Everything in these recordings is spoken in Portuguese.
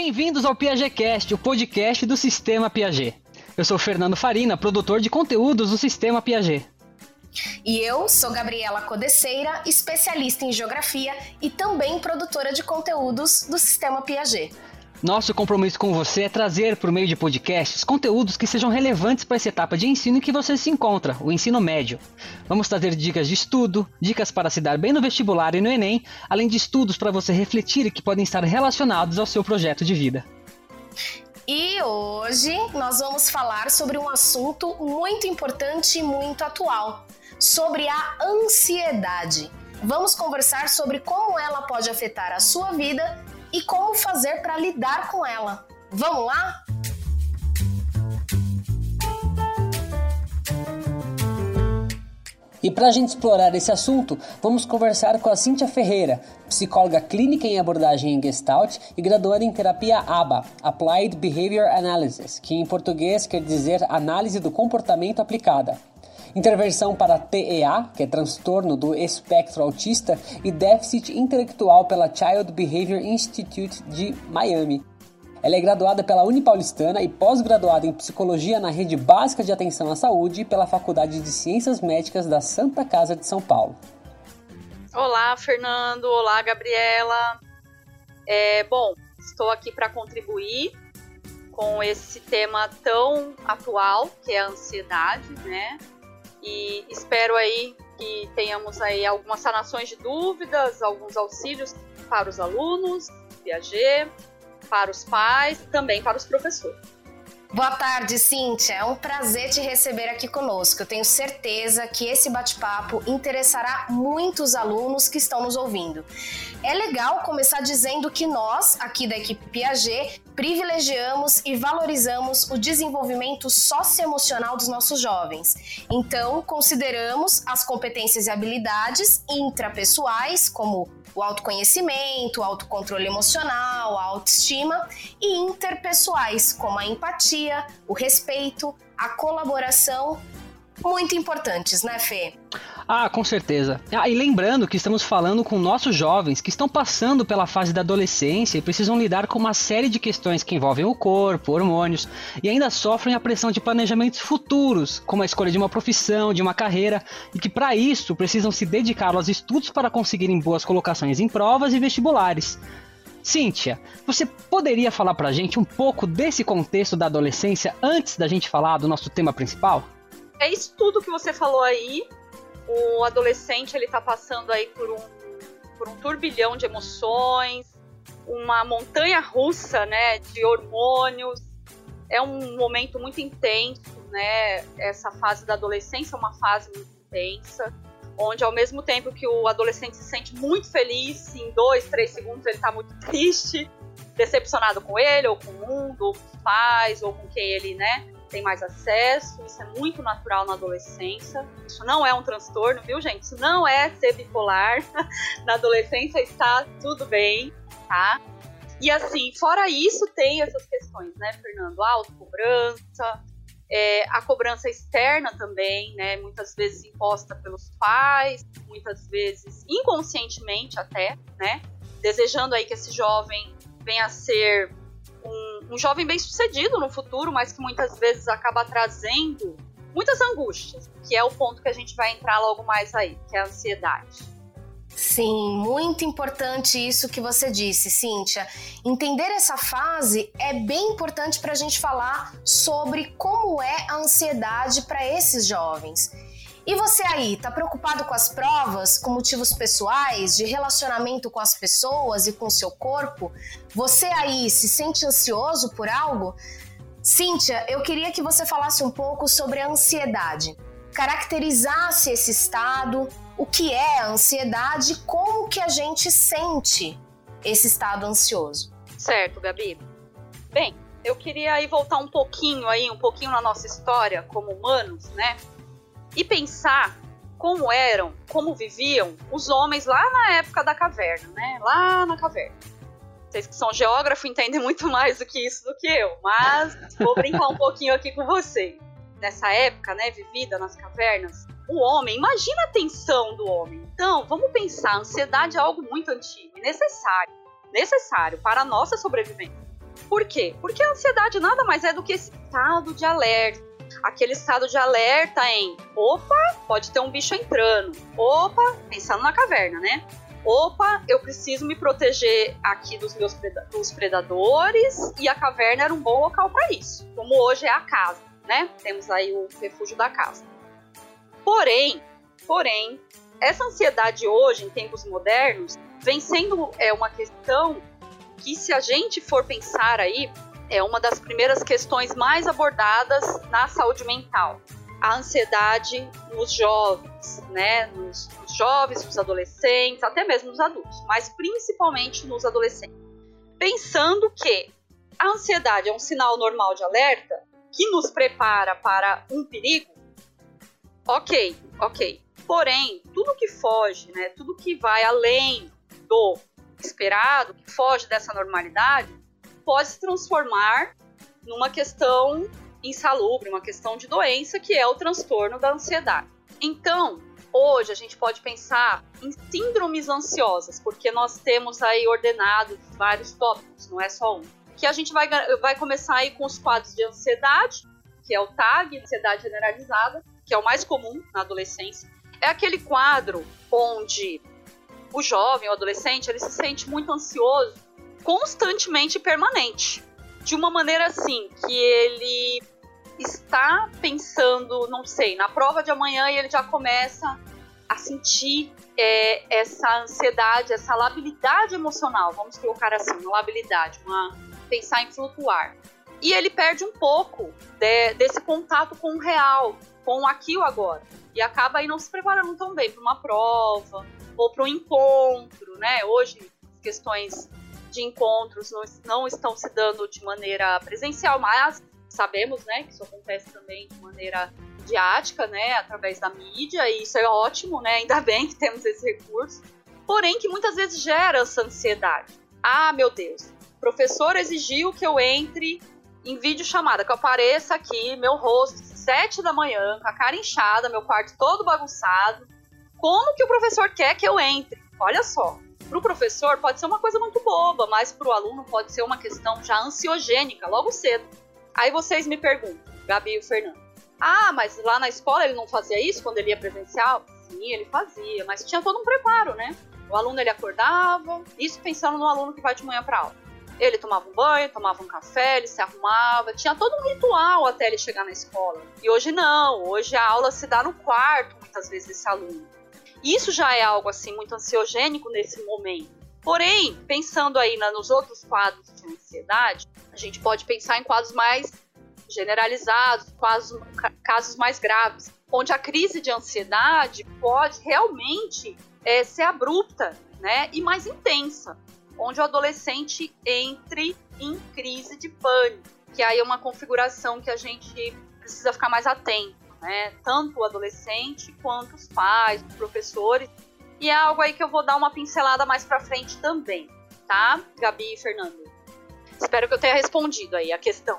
Bem-vindos ao PiagetCast, o podcast do Sistema Piaget. Eu sou Fernando Farina, produtor de conteúdos do Sistema Piaget. E eu sou Gabriela Codeceira, especialista em geografia e também produtora de conteúdos do Sistema Piaget. Nosso compromisso com você é trazer, por meio de podcasts, conteúdos que sejam relevantes para essa etapa de ensino em que você se encontra, o ensino médio. Vamos trazer dicas de estudo, dicas para se dar bem no vestibular e no Enem, além de estudos para você refletir e que podem estar relacionados ao seu projeto de vida. E hoje nós vamos falar sobre um assunto muito importante e muito atual, sobre a ansiedade. Vamos conversar sobre como ela pode afetar a sua vida e como fazer para lidar com ela. Vamos lá? E para a gente explorar esse assunto, vamos conversar com a Cíntia Ferreira, psicóloga clínica em abordagem em Gestalt e graduada em terapia ABA, Applied Behavior Analysis, que em português quer dizer Análise do Comportamento Aplicada. Intervenção para TEA, que é transtorno do espectro autista, e déficit intelectual pela Child Behavior Institute de Miami. Ela é graduada pela Unipaulistana e pós-graduada em Psicologia na Rede Básica de Atenção à Saúde pela Faculdade de Ciências Médicas da Santa Casa de São Paulo. Olá, Fernando. Olá, Gabriela. Estou aqui para contribuir com esse tema tão atual, que é a ansiedade, né? E espero aí que tenhamos aí algumas sanações de dúvidas, alguns auxílios para os alunos, Piaget, para os pais e também para os professores. Boa tarde, Cíntia. É um prazer te receber aqui conosco. Eu tenho certeza que esse bate-papo interessará muitos alunos que estão nos ouvindo. É legal começar dizendo que nós, aqui da equipe Piaget, privilegiamos e valorizamos o desenvolvimento socioemocional dos nossos jovens. Então, consideramos as competências e habilidades intrapessoais, como o autoconhecimento, o autocontrole emocional, a autoestima, e interpessoais, como a empatia, o respeito, a colaboração, muito importantes, né, Fê? Ah, com certeza. E lembrando que estamos falando com nossos jovens que estão passando pela fase da adolescência e precisam lidar com uma série de questões que envolvem o corpo, hormônios, e ainda sofrem a pressão de planejamentos futuros, como a escolha de uma profissão, de uma carreira, e que para isso precisam se dedicar aos estudos para conseguirem boas colocações em provas e vestibulares. Cíntia, você poderia falar pra gente um pouco desse contexto da adolescência antes da gente falar do nosso tema principal? É isso tudo que você falou aí. O adolescente ele está passando aí por um turbilhão de emoções, uma montanha russa, né, de hormônios. É um momento muito intenso, né? Essa fase da adolescência é uma fase muito intensa, onde ao mesmo tempo que o adolescente se sente muito feliz, em 2, 3 segundos ele está muito triste, decepcionado com ele, ou com o mundo, ou com os pais, ou com quem ele, né, tem mais acesso. Isso é muito natural na adolescência. Isso não é um transtorno, viu, gente? Isso não é ser bipolar. Na adolescência está tudo bem, tá? E assim, fora isso, tem essas questões, né, Fernando? A autocobrança, a cobrança externa também, né? Muitas vezes imposta pelos pais, muitas vezes inconscientemente até, né? Desejando aí que esse jovem venha a ser um jovem bem-sucedido no futuro, mas que muitas vezes acaba trazendo muitas angústias, que é o ponto que a gente vai entrar logo mais aí, que é a ansiedade. Sim, muito importante isso que você disse, Cíntia. Entender essa fase é bem importante para a gente falar sobre como é a ansiedade para esses jovens. E você aí, tá preocupado com as provas, com motivos pessoais, de relacionamento com as pessoas e com o seu corpo? Você aí se sente ansioso por algo? Cíntia, eu queria que você falasse um pouco sobre a ansiedade. Caracterizasse esse estado, o que é a ansiedade e como que a gente sente esse estado ansioso. Certo, Gabi. Bem, eu queria aí voltar um pouquinho na nossa história como humanos, né? E pensar como viviam os homens lá na época da caverna, né? Lá na caverna. Vocês que são geógrafos entendem muito mais do que isso do que eu, mas vou brincar um pouquinho aqui com vocês. Nessa época, né, vivida nas cavernas, o homem, imagina a tensão do homem. Então, vamos pensar, a ansiedade é algo muito antigo e necessário para a nossa sobrevivência. Por quê? Porque a ansiedade nada mais é do que esse estado de alerta. Aquele estado de alerta em, opa, pode ter um bicho entrando. Opa, pensando na caverna, né? Opa, eu preciso me proteger aqui dos meus predadores, e a caverna era um bom local para isso. Como hoje é a casa, né? Temos aí o refúgio da casa. Porém, essa ansiedade hoje, em tempos modernos, vem sendo uma questão que, se a gente for pensar aí, é uma das primeiras questões mais abordadas na saúde mental. A ansiedade nos jovens, né? Nos jovens, nos adolescentes, até mesmo nos adultos, mas principalmente nos adolescentes. Pensando que a ansiedade é um sinal normal de alerta que nos prepara para um perigo, ok. Porém, tudo que foge, né? Tudo que vai além do esperado, que foge dessa normalidade, pode se transformar numa questão insalubre, uma questão de doença, que é o transtorno da ansiedade. Então, hoje a gente pode pensar em síndromes ansiosas, porque nós temos aí ordenados vários tópicos, não é só um. Que a gente vai começar aí com os quadros de ansiedade, que é o TAG, ansiedade generalizada, que é o mais comum na adolescência. É aquele quadro onde o jovem, o adolescente, ele se sente muito ansioso, constantemente permanente. De uma maneira assim, que ele está pensando, não sei, na prova de amanhã, e ele já começa a sentir essa ansiedade, essa labilidade emocional, vamos colocar assim, uma labilidade, pensar em flutuar. E ele perde um pouco desse contato com o real, com o aqui e o agora. E acaba aí não se preparando tão bem para uma prova ou para um encontro, né? Hoje, questões de encontros não estão se dando de maneira presencial, mas sabemos, né, que isso acontece também de maneira midiática, né, através da mídia, e isso é ótimo, né? Ainda bem que temos esse recurso. Porém, que muitas vezes gera essa ansiedade. Ah, meu Deus, o professor exigiu que eu entre em videochamada, que eu apareça aqui, meu rosto, 7 da manhã, com a cara inchada, meu quarto todo bagunçado. Como que o professor quer que eu entre? Olha só, para o professor pode ser uma coisa muito boba, mas para o aluno pode ser uma questão já ansiogênica, logo cedo. Aí vocês me perguntam, Gabi e o Fernando, mas lá na escola ele não fazia isso quando ele ia presencial? Sim, ele fazia, mas tinha todo um preparo, né? O aluno, ele acordava, isso pensando no aluno que vai de manhã para aula. Ele tomava um banho, tomava um café, ele se arrumava, tinha todo um ritual até ele chegar na escola. E hoje não, hoje a aula se dá no quarto, muitas vezes, desse aluno. Isso já é algo assim muito ansiogênico nesse momento. Porém, pensando aí nos outros quadros de ansiedade, a gente pode pensar em quadros mais generalizados, casos mais graves, onde a crise de ansiedade pode realmente ser abrupta, né, e mais intensa, onde o adolescente entre em crise de pânico, que aí é uma configuração que a gente precisa ficar mais atento, né? Tanto o adolescente quanto os pais, os professores, e é algo aí que eu vou dar uma pincelada mais pra frente também, tá, Gabi e Fernando? Espero que eu tenha respondido aí a questão.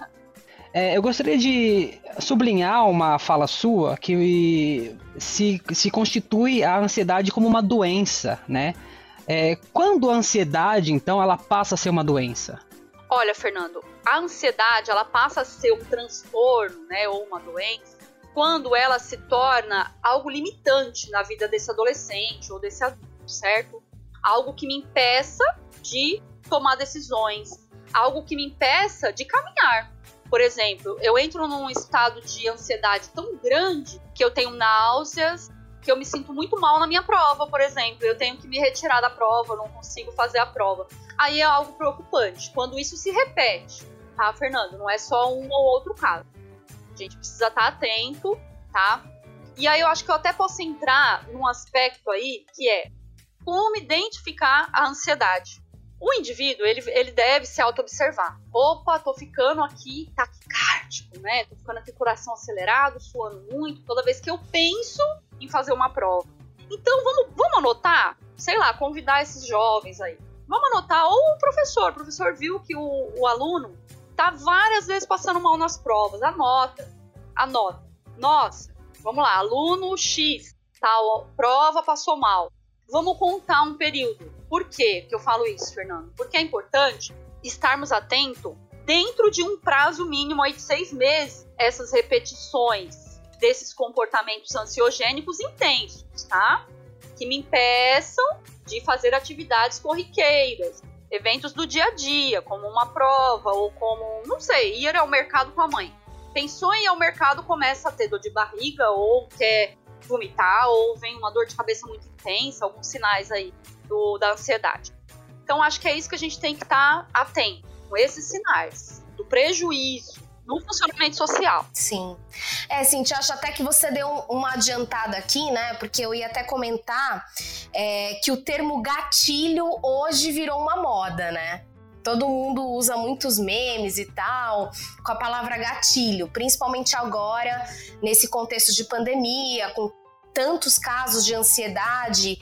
Eu gostaria de sublinhar uma fala sua que se constitui a ansiedade como uma doença, né? Quando a ansiedade, então, ela passa a ser uma doença? Olha, Fernando, a ansiedade, ela passa a ser um transtorno, né, ou uma doença, quando ela se torna algo limitante na vida desse adolescente ou desse adulto, certo? Algo que me impeça de tomar decisões, algo que me impeça de caminhar. Por exemplo, eu entro num estado de ansiedade tão grande que eu tenho náuseas, que eu me sinto muito mal na minha prova, por exemplo. Eu tenho que me retirar da prova, eu não consigo fazer a prova. Aí é algo preocupante. Quando isso se repete, tá, Fernando? Não é só um ou outro caso. A gente precisa estar atento, tá? E aí eu acho que eu até posso entrar num aspecto aí, que é como identificar a ansiedade. O indivíduo, ele deve se auto-observar. Opa, tô ficando aqui taquicárdico, né? Tô ficando aqui coração acelerado, suando muito, toda vez que eu penso em fazer uma prova. Então, vamos anotar, sei lá, convidar esses jovens aí. Vamos anotar, ou o professor viu que o aluno tá várias vezes passando mal nas provas, anota. Nossa, vamos lá, aluno X, tal prova passou mal. Vamos contar um período. Por quê que eu falo isso, Fernando? Porque é importante estarmos atentos dentro de um prazo mínimo aí de 6 meses, essas repetições desses comportamentos ansiogênicos intensos, tá? Que me impeçam de fazer atividades corriqueiras, eventos do dia a dia, como uma prova ou como, não sei, ir ao mercado com a mãe. Pensou em ir ao mercado, começa a ter dor de barriga ou quer vomitar ou vem uma dor de cabeça muito intensa, alguns sinais aí da ansiedade. Então, acho que é isso que a gente tem que estar atento, com esses sinais do prejuízo no funcionamento social. Sim. Cíntia, acho até que você deu uma adiantada aqui, né? Porque eu ia até comentar que o termo gatilho hoje virou uma moda, né? Todo mundo usa muitos memes e tal, com a palavra gatilho, principalmente agora, nesse contexto de pandemia, com tantos casos de ansiedade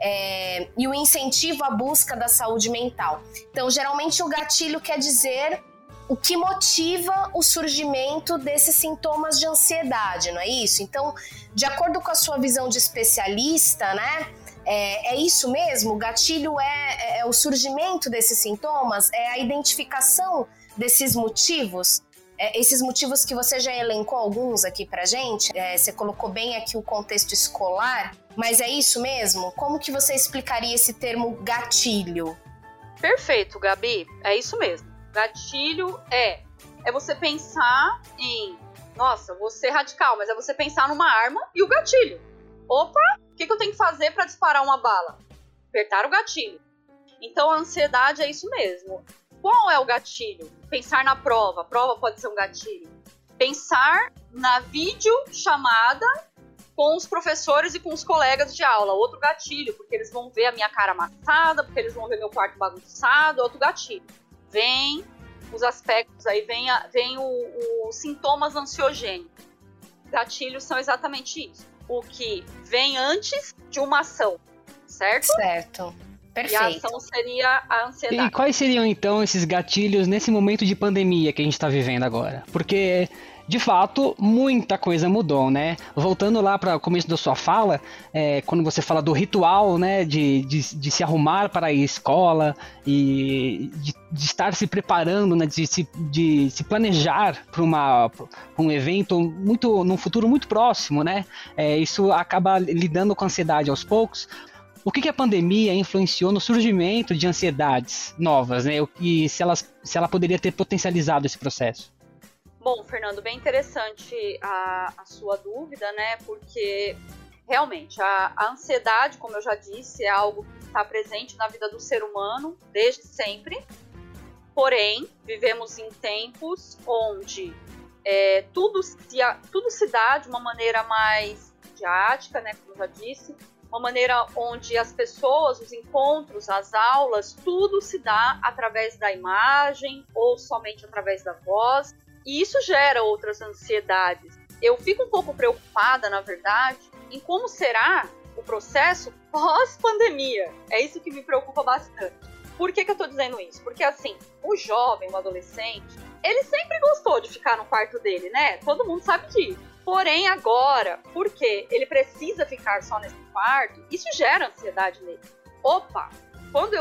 e o incentivo à busca da saúde mental. Então, geralmente, o gatilho quer dizer o que motiva o surgimento desses sintomas de ansiedade, não é isso? Então, de acordo com a sua visão de especialista, né? É isso mesmo? O gatilho é o surgimento desses sintomas? É a identificação desses motivos? Esses motivos que você já elencou alguns aqui pra gente? Você colocou bem aqui o contexto escolar, mas é isso mesmo? Como que você explicaria esse termo gatilho? Perfeito, Gabi. É isso mesmo. Gatilho é você pensar em... Nossa, vou ser radical, mas é você pensar numa arma e o gatilho. Opa, o que eu tenho que fazer para disparar uma bala? Apertar o gatilho. Então, a ansiedade é isso mesmo. Qual é o gatilho? Pensar na prova. A prova pode ser um gatilho. Pensar na videochamada com os professores e com os colegas de aula. Outro gatilho, porque eles vão ver a minha cara amassada, porque eles vão ver meu quarto bagunçado. Outro gatilho. Vem os aspectos aí, vem os sintomas ansiogênicos. Gatilhos são exatamente isso. O que vem antes de uma ação, certo? Certo. Perfeito. E a ação seria a ansiedade. E quais seriam, então, esses gatilhos nesse momento de pandemia que a gente está vivendo agora? Porque, de fato, muita coisa mudou, né? Voltando lá para o começo da sua fala, quando você fala do ritual, né, de se arrumar para ir à escola e de estar se preparando, né, de se planejar para um evento num futuro muito próximo, né? Isso acaba lidando com a ansiedade aos poucos. O que a pandemia influenciou no surgimento de ansiedades novas, né? E se ela poderia ter potencializado esse processo? Bom, Fernando, bem interessante a sua dúvida, né? Porque realmente a ansiedade, como eu já disse, é algo que está presente na vida do ser humano desde sempre. Porém, vivemos em tempos onde tudo se dá de uma maneira mais didática, né? Como eu já disse. Uma maneira onde as pessoas, os encontros, as aulas, tudo se dá através da imagem ou somente através da voz. E isso gera outras ansiedades. Eu fico um pouco preocupada, na verdade, em como será o processo pós-pandemia. É isso que me preocupa bastante. Por que eu estou dizendo isso? Porque, assim, o jovem, o adolescente, ele sempre gostou de ficar no quarto dele, né? Todo mundo sabe disso. Porém, agora, porque ele precisa ficar só nesse quarto, isso gera ansiedade nele. Opa, quando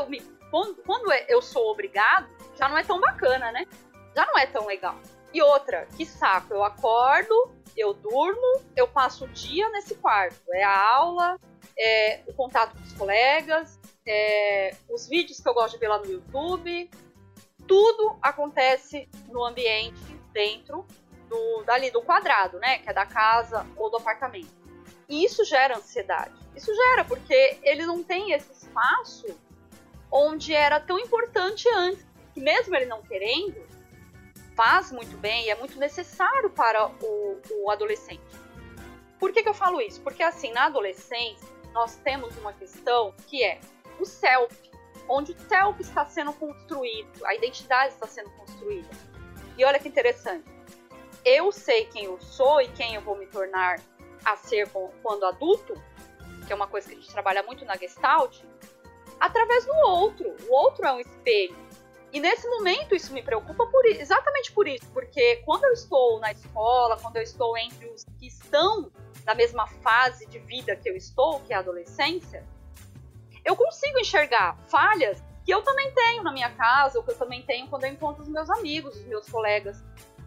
eu sou obrigado, já não é tão bacana, né? Já não é tão legal. E outra, que saco, eu acordo, eu durmo, eu passo o dia nesse quarto. É a aula, o contato com os colegas, os vídeos que eu gosto de ver lá no YouTube. Tudo acontece no ambiente dentro dali do quadrado, né? Que é da casa ou do apartamento. E isso gera ansiedade. Isso gera, porque ele não tem esse espaço onde era tão importante antes. Que mesmo ele não querendo, faz muito bem e é muito necessário para o adolescente. Por que eu falo isso? Porque, assim, na adolescência, nós temos uma questão que é o self, onde o self está sendo construído, a identidade está sendo construída. E olha que interessante. Eu sei quem eu sou e quem eu vou me tornar a ser quando adulto, que é uma coisa que a gente trabalha muito na Gestalt, através do outro. O outro é um espelho. E nesse momento isso me preocupa exatamente por isso, porque quando eu estou na escola, quando eu estou entre os que estão na mesma fase de vida que eu estou, que é a adolescência, eu consigo enxergar falhas que eu também tenho na minha casa, ou que eu também tenho quando eu encontro os meus amigos, os meus colegas.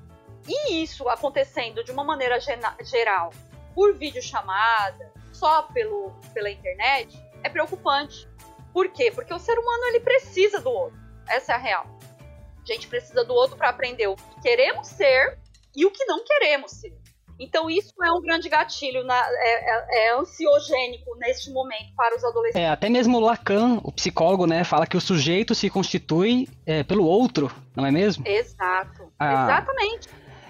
E isso acontecendo de uma maneira geral, por videochamada, só pela internet, é preocupante. Por quê? Porque o ser humano ele precisa do outro. Essa é a real. A gente precisa do outro para aprender o que queremos ser e o que não queremos ser. Então isso é um grande gatilho, é ansiogênico neste momento para os adolescentes. Até mesmo Lacan, o psicólogo, né, fala que o sujeito se constitui pelo outro, não é mesmo? Exato, exatamente.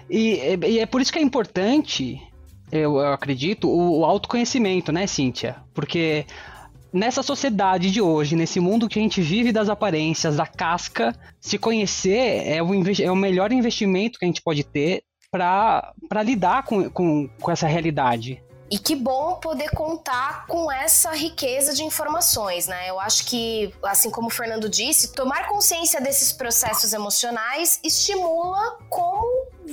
E é por isso que é importante, eu acredito, o autoconhecimento, né, Cíntia? Porque nessa sociedade de hoje, nesse mundo que a gente vive das aparências, da casca, se conhecer é o melhor investimento que a gente pode ter para lidar com essa realidade. E que bom poder contar com essa riqueza de informações, né? Eu acho que, assim como o Fernando disse, tomar consciência desses processos emocionais estimula como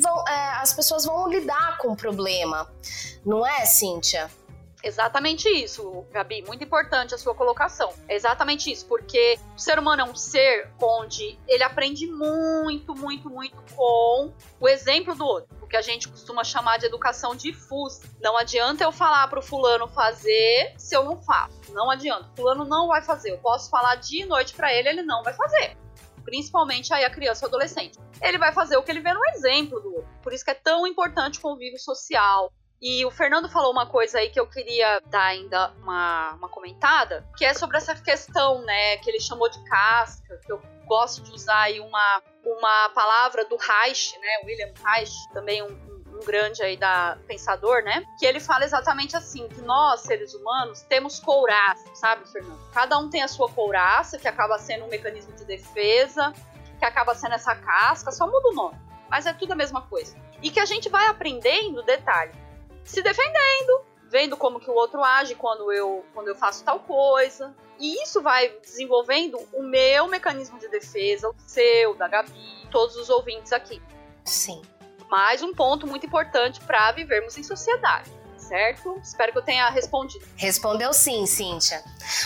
as pessoas vão lidar com o problema. Não é, Cíntia? Exatamente isso, Gabi, muito importante a sua colocação. É exatamente isso, porque o ser humano é um ser onde ele aprende muito, muito, muito com o exemplo do outro, o que a gente costuma chamar de educação difusa. Não adianta eu falar pro fulano fazer se eu não faço, não adianta, o fulano não vai fazer, eu posso falar dia e noite pra ele, ele não vai fazer. Principalmente aí a criança e o adolescente. Ele vai fazer o que ele vê no exemplo do outro, por isso que é tão importante o convívio social. E o Fernando falou uma coisa aí que eu queria dar ainda uma comentada, que é sobre essa questão, né, que ele chamou de casca, que eu gosto de usar aí uma palavra do Reich, né, William Reich, também um grande aí pensador, né, que ele fala exatamente assim, que nós, seres humanos, temos couraça, sabe, Fernando? Cada um tem a sua couraça, que acaba sendo um mecanismo de defesa, que acaba sendo essa casca, só muda o nome, mas é tudo a mesma coisa. E que a gente vai aprendendo, detalhe, se defendendo, vendo como que o outro age quando eu faço tal coisa. E isso vai desenvolvendo o meu mecanismo de defesa, o seu, da Gabi, todos os ouvintes aqui. Sim. Mais um ponto muito importante para vivermos em sociedade, certo? Espero que eu tenha respondido. Respondeu sim, Cíntia.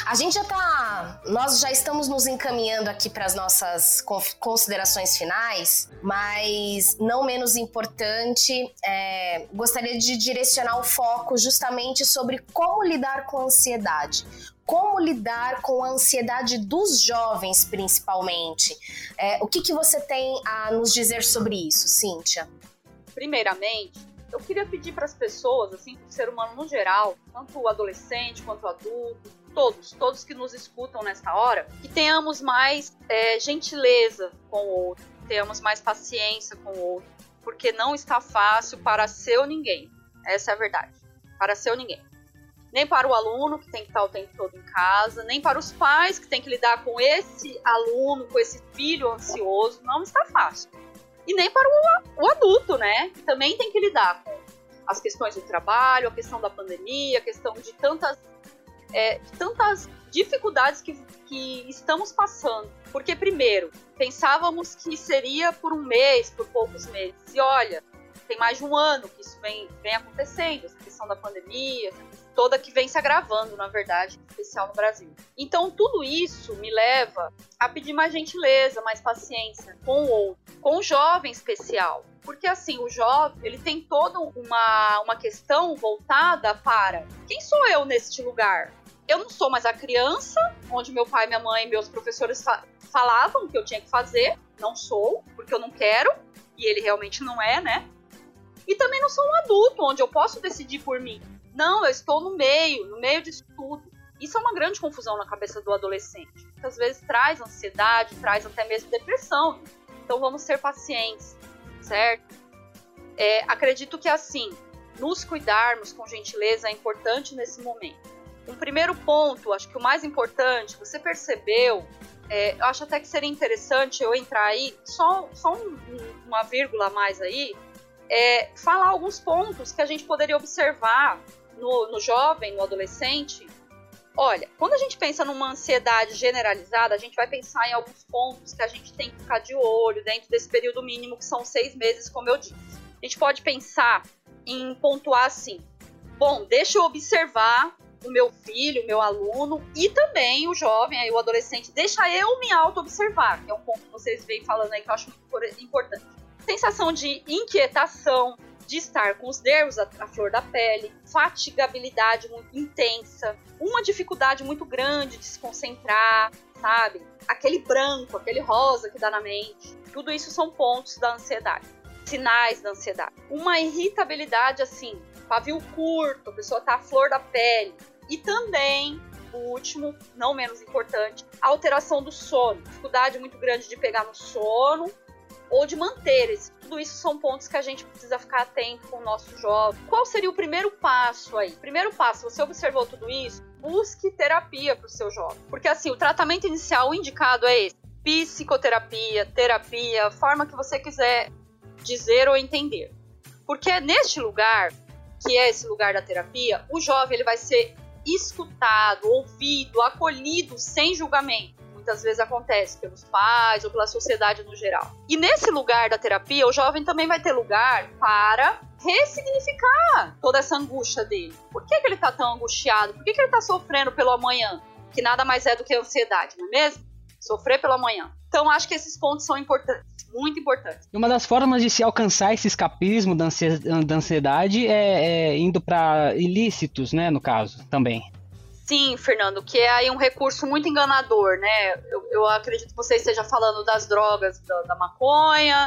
Nós já estamos nos encaminhando aqui para as nossas considerações finais, mas não menos importante, gostaria de direcionar o foco justamente sobre como lidar com a ansiedade. Como lidar com a ansiedade dos jovens, principalmente. O que você tem a nos dizer sobre isso, Cíntia? Primeiramente, eu queria pedir para as pessoas, assim, para o ser humano no geral, tanto o adolescente quanto o adulto, todos que nos escutam nesta hora, que tenhamos mais gentileza com o outro, tenhamos mais paciência com o outro, porque não está fácil para seu ninguém. Essa é a verdade. Para seu ninguém. Nem para o aluno, que tem que estar o tempo todo em casa, nem para os pais, que tem que lidar com esse aluno, com esse filho ansioso, não está fácil. E nem para o adulto, né? Que também tem que lidar com as questões do trabalho, a questão da pandemia, a questão de tantas dificuldades que estamos passando. Porque, primeiro, pensávamos que seria por um mês, por poucos meses. E olha, tem mais de um ano que isso vem acontecendo, essa questão da pandemia, toda que vem se agravando, na verdade, em especial no Brasil. Então, tudo isso me leva a pedir mais gentileza, mais paciência com o outro, com o jovem especial. Porque, assim, o jovem, ele tem toda uma questão voltada para quem sou eu neste lugar? Eu não sou mais a criança, onde meu pai, minha mãe e meus professores falavam que eu tinha que fazer. Não sou, porque eu não quero, e ele realmente não é, né? E também não sou um adulto, onde eu posso decidir por mim. Não, eu estou no meio disso tudo. Isso é uma grande confusão na cabeça do adolescente. Muitas vezes traz ansiedade, traz até mesmo depressão. Então vamos ter paciência, certo? Acredito que assim, nos cuidarmos com gentileza é importante nesse momento. Um primeiro ponto, acho que o mais importante, você percebeu, eu acho até que seria interessante eu entrar aí, só uma vírgula a mais aí, falar alguns pontos que a gente poderia observar no jovem, no adolescente. Olha, quando a gente pensa numa ansiedade generalizada, a gente vai pensar em alguns pontos que a gente tem que ficar de olho dentro desse período mínimo, que são 6 meses, como eu disse. A gente pode pensar em pontuar assim, bom, deixa eu observar o meu filho, o meu aluno e também o jovem, aí o adolescente, deixa eu me auto-observar, que é um ponto que vocês vêm falando aí que eu acho muito importante. Sensação de inquietação, de estar com os nervos à flor da pele, fatigabilidade muito intensa, uma dificuldade muito grande de se concentrar, sabe? Aquele branco, aquele rosa que dá na mente. Tudo isso são pontos da ansiedade, sinais da ansiedade. Uma irritabilidade assim, pavio curto, a pessoa tá à flor da pele. E também, o último, não menos importante, a alteração do sono. Dificuldade muito grande de pegar no sono ou de manter esse. Tudo isso são pontos que a gente precisa ficar atento com o nosso jovem. Qual seria o primeiro passo aí? Primeiro passo, você observou tudo isso? Busque terapia para o seu jovem. Porque assim, o tratamento inicial indicado é esse. Psicoterapia, terapia, a forma que você quiser dizer ou entender. Porque é neste lugar, que é esse lugar da terapia, o jovem ele vai ser escutado, ouvido, acolhido sem julgamento. Muitas vezes acontece pelos pais ou pela sociedade no geral. E nesse lugar da terapia, o jovem também vai ter lugar para ressignificar toda essa angústia dele. Por que ele está tão angustiado? Por que ele está sofrendo pelo amanhã? Que nada mais é do que ansiedade, não é mesmo? Sofrer pelo amanhã. Então, acho que esses pontos são importantes, muito importantes. E uma das formas de se alcançar esse escapismo da ansiedade é indo para ilícitos, né, no caso, também. Sim, Fernando, que é aí um recurso muito enganador, né? Eu acredito que você esteja falando das drogas, da maconha,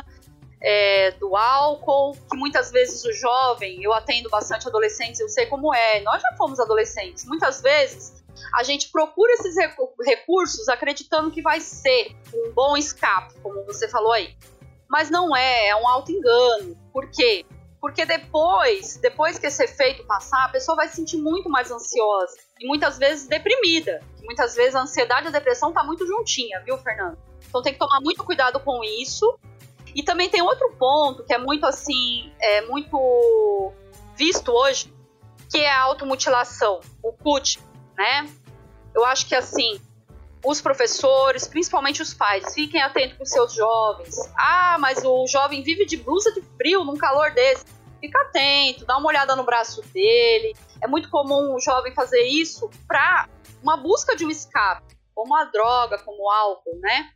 do álcool, que muitas vezes o jovem, eu atendo bastante adolescentes, eu sei como é, nós já fomos adolescentes, muitas vezes a gente procura esses recursos acreditando que vai ser um bom escape, como você falou aí, mas não é um auto-engano. Por quê? Porque depois que esse efeito passar, a pessoa vai se sentir muito mais ansiosa e muitas vezes deprimida. Muitas vezes a ansiedade e a depressão tá muito juntinha, viu, Fernando? Então tem que tomar muito cuidado com isso. E também tem outro ponto que é muito assim, muito visto hoje, que é a automutilação, o cutting, né? Eu acho que assim, os professores, principalmente os pais, fiquem atentos com seus jovens. Ah, mas o jovem vive de blusa de frio num calor desse. Fica atento, dá uma olhada no braço dele. É muito comum o jovem fazer isso para uma busca de um escape, como a droga, como o álcool, né?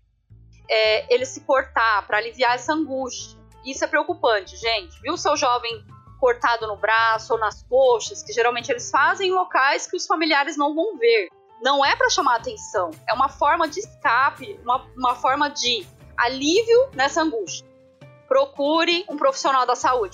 Ele se cortar para aliviar essa angústia. Isso é preocupante, gente. Viu o seu jovem cortado no braço ou nas coxas, que geralmente eles fazem em locais que os familiares não vão ver. Não é para chamar atenção, é uma forma de escape, uma forma de alívio nessa angústia. Procure um profissional da saúde.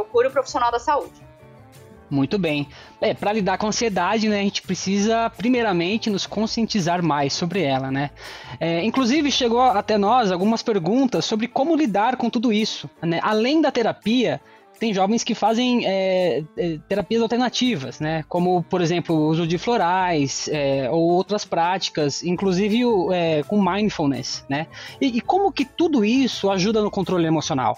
Muito bem. Para lidar com a ansiedade, né, a gente precisa, primeiramente, nos conscientizar mais sobre ela, né? Inclusive, chegou até nós algumas perguntas sobre como lidar com tudo isso, né? Além da terapia, tem jovens que fazem terapias alternativas, né? Como, por exemplo, o uso de florais ou outras práticas, inclusive com mindfulness, né? E como que tudo isso ajuda no controle emocional?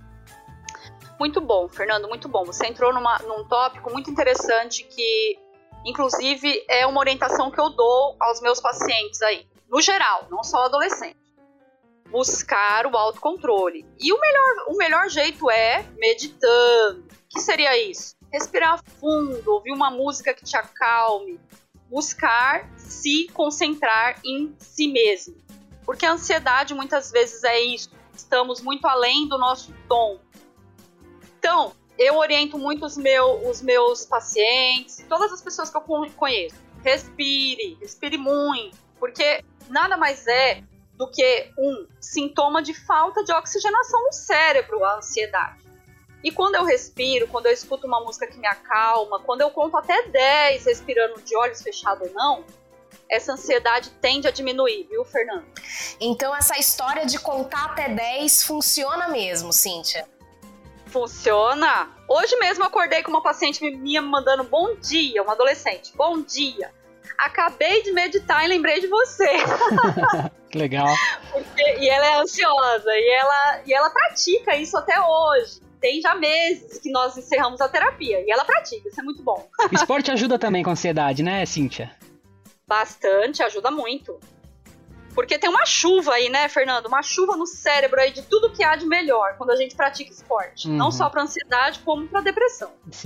Muito bom, Fernando, muito bom. Você entrou num tópico muito interessante que, inclusive, é uma orientação que eu dou aos meus pacientes aí, no geral, não só adolescente. Buscar o autocontrole. E o melhor jeito é meditando. O que seria isso? Respirar fundo, ouvir uma música que te acalme. Buscar se concentrar em si mesmo. Porque a ansiedade muitas vezes é isso. Estamos muito além do nosso tom. Então, eu oriento muito os meus pacientes e todas as pessoas que eu conheço. Respire muito. Porque nada mais é do que um sintoma de falta de oxigenação no cérebro, a ansiedade. E quando eu respiro, quando eu escuto uma música que me acalma, quando eu conto até 10 respirando de olhos fechados ou não, essa ansiedade tende a diminuir, viu, Fernando? Então essa história de contar até 10 funciona mesmo, Cíntia? Funciona. Hoje mesmo eu acordei com uma paciente minha me mandando bom dia, uma adolescente, bom dia. Acabei de meditar e lembrei de você. Que legal. E ela é ansiosa, e ela pratica isso até hoje. Tem já meses que nós encerramos a terapia, e ela pratica, isso é muito bom. O esporte ajuda também com a ansiedade, né, Cíntia? Bastante, ajuda muito. Porque tem uma chuva aí, né, Fernando? Uma chuva no cérebro aí de tudo que há de melhor quando a gente pratica esporte. Uhum. Não só para ansiedade, como para depressão. Sim.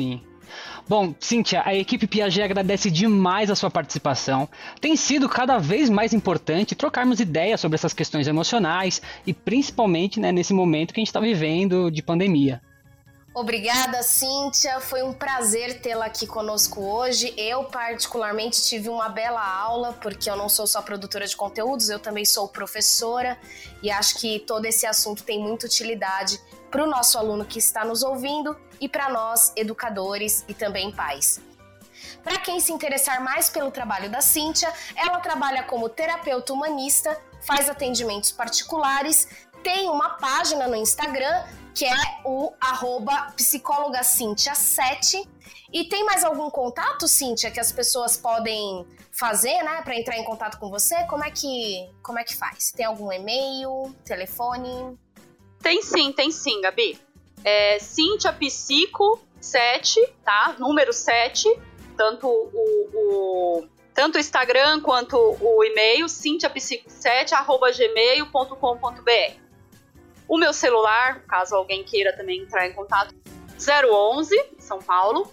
Bom, Cíntia, a equipe Piaget agradece demais a sua participação. Tem sido cada vez mais importante trocarmos ideias sobre essas questões emocionais e principalmente, né, nesse momento que a gente está vivendo de pandemia. Obrigada, Cíntia. Foi um prazer tê-la aqui conosco hoje. Eu, particularmente, tive uma bela aula, porque eu não sou só produtora de conteúdos, eu também sou professora e acho que todo esse assunto tem muita utilidade para o nosso aluno que está nos ouvindo e para nós, educadores e também pais. Para quem se interessar mais pelo trabalho da Cíntia, ela trabalha como terapeuta humanista, faz atendimentos particulares, tem uma página no Instagram, que é o @psicólogacintia7. E tem mais algum contato, Cíntia, que as pessoas podem fazer, né, para entrar em contato com você? Como é que faz? Tem algum e-mail, telefone? Tem sim, Gabi. Cintia Psico 7, tá? Número 7, tanto o Instagram quanto o e-mail, cintiapsico7@gmail.com.br. O meu celular, caso alguém queira também entrar em contato, 011, São Paulo,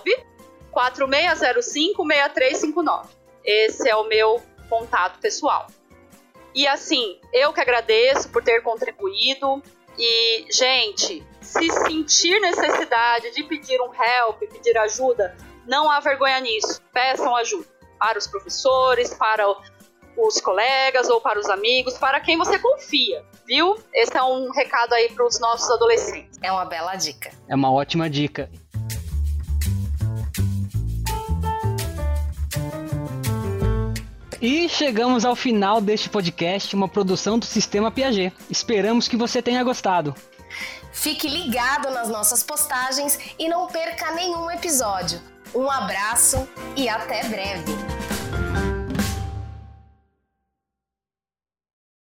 94605-6359. Esse é o meu contato pessoal. E assim, eu que agradeço por ter contribuído. E, gente, se sentir necessidade de pedir um help, pedir ajuda, não há vergonha nisso. Peçam ajuda para os professores, para os colegas ou para os amigos, para quem você confia, viu? Esse é um recado aí para os nossos adolescentes. É uma bela dica. É uma ótima dica. E chegamos ao final deste podcast, uma produção do Sistema Piaget. Esperamos que você tenha gostado. Fique ligado nas nossas postagens e não perca nenhum episódio. Um abraço e até breve!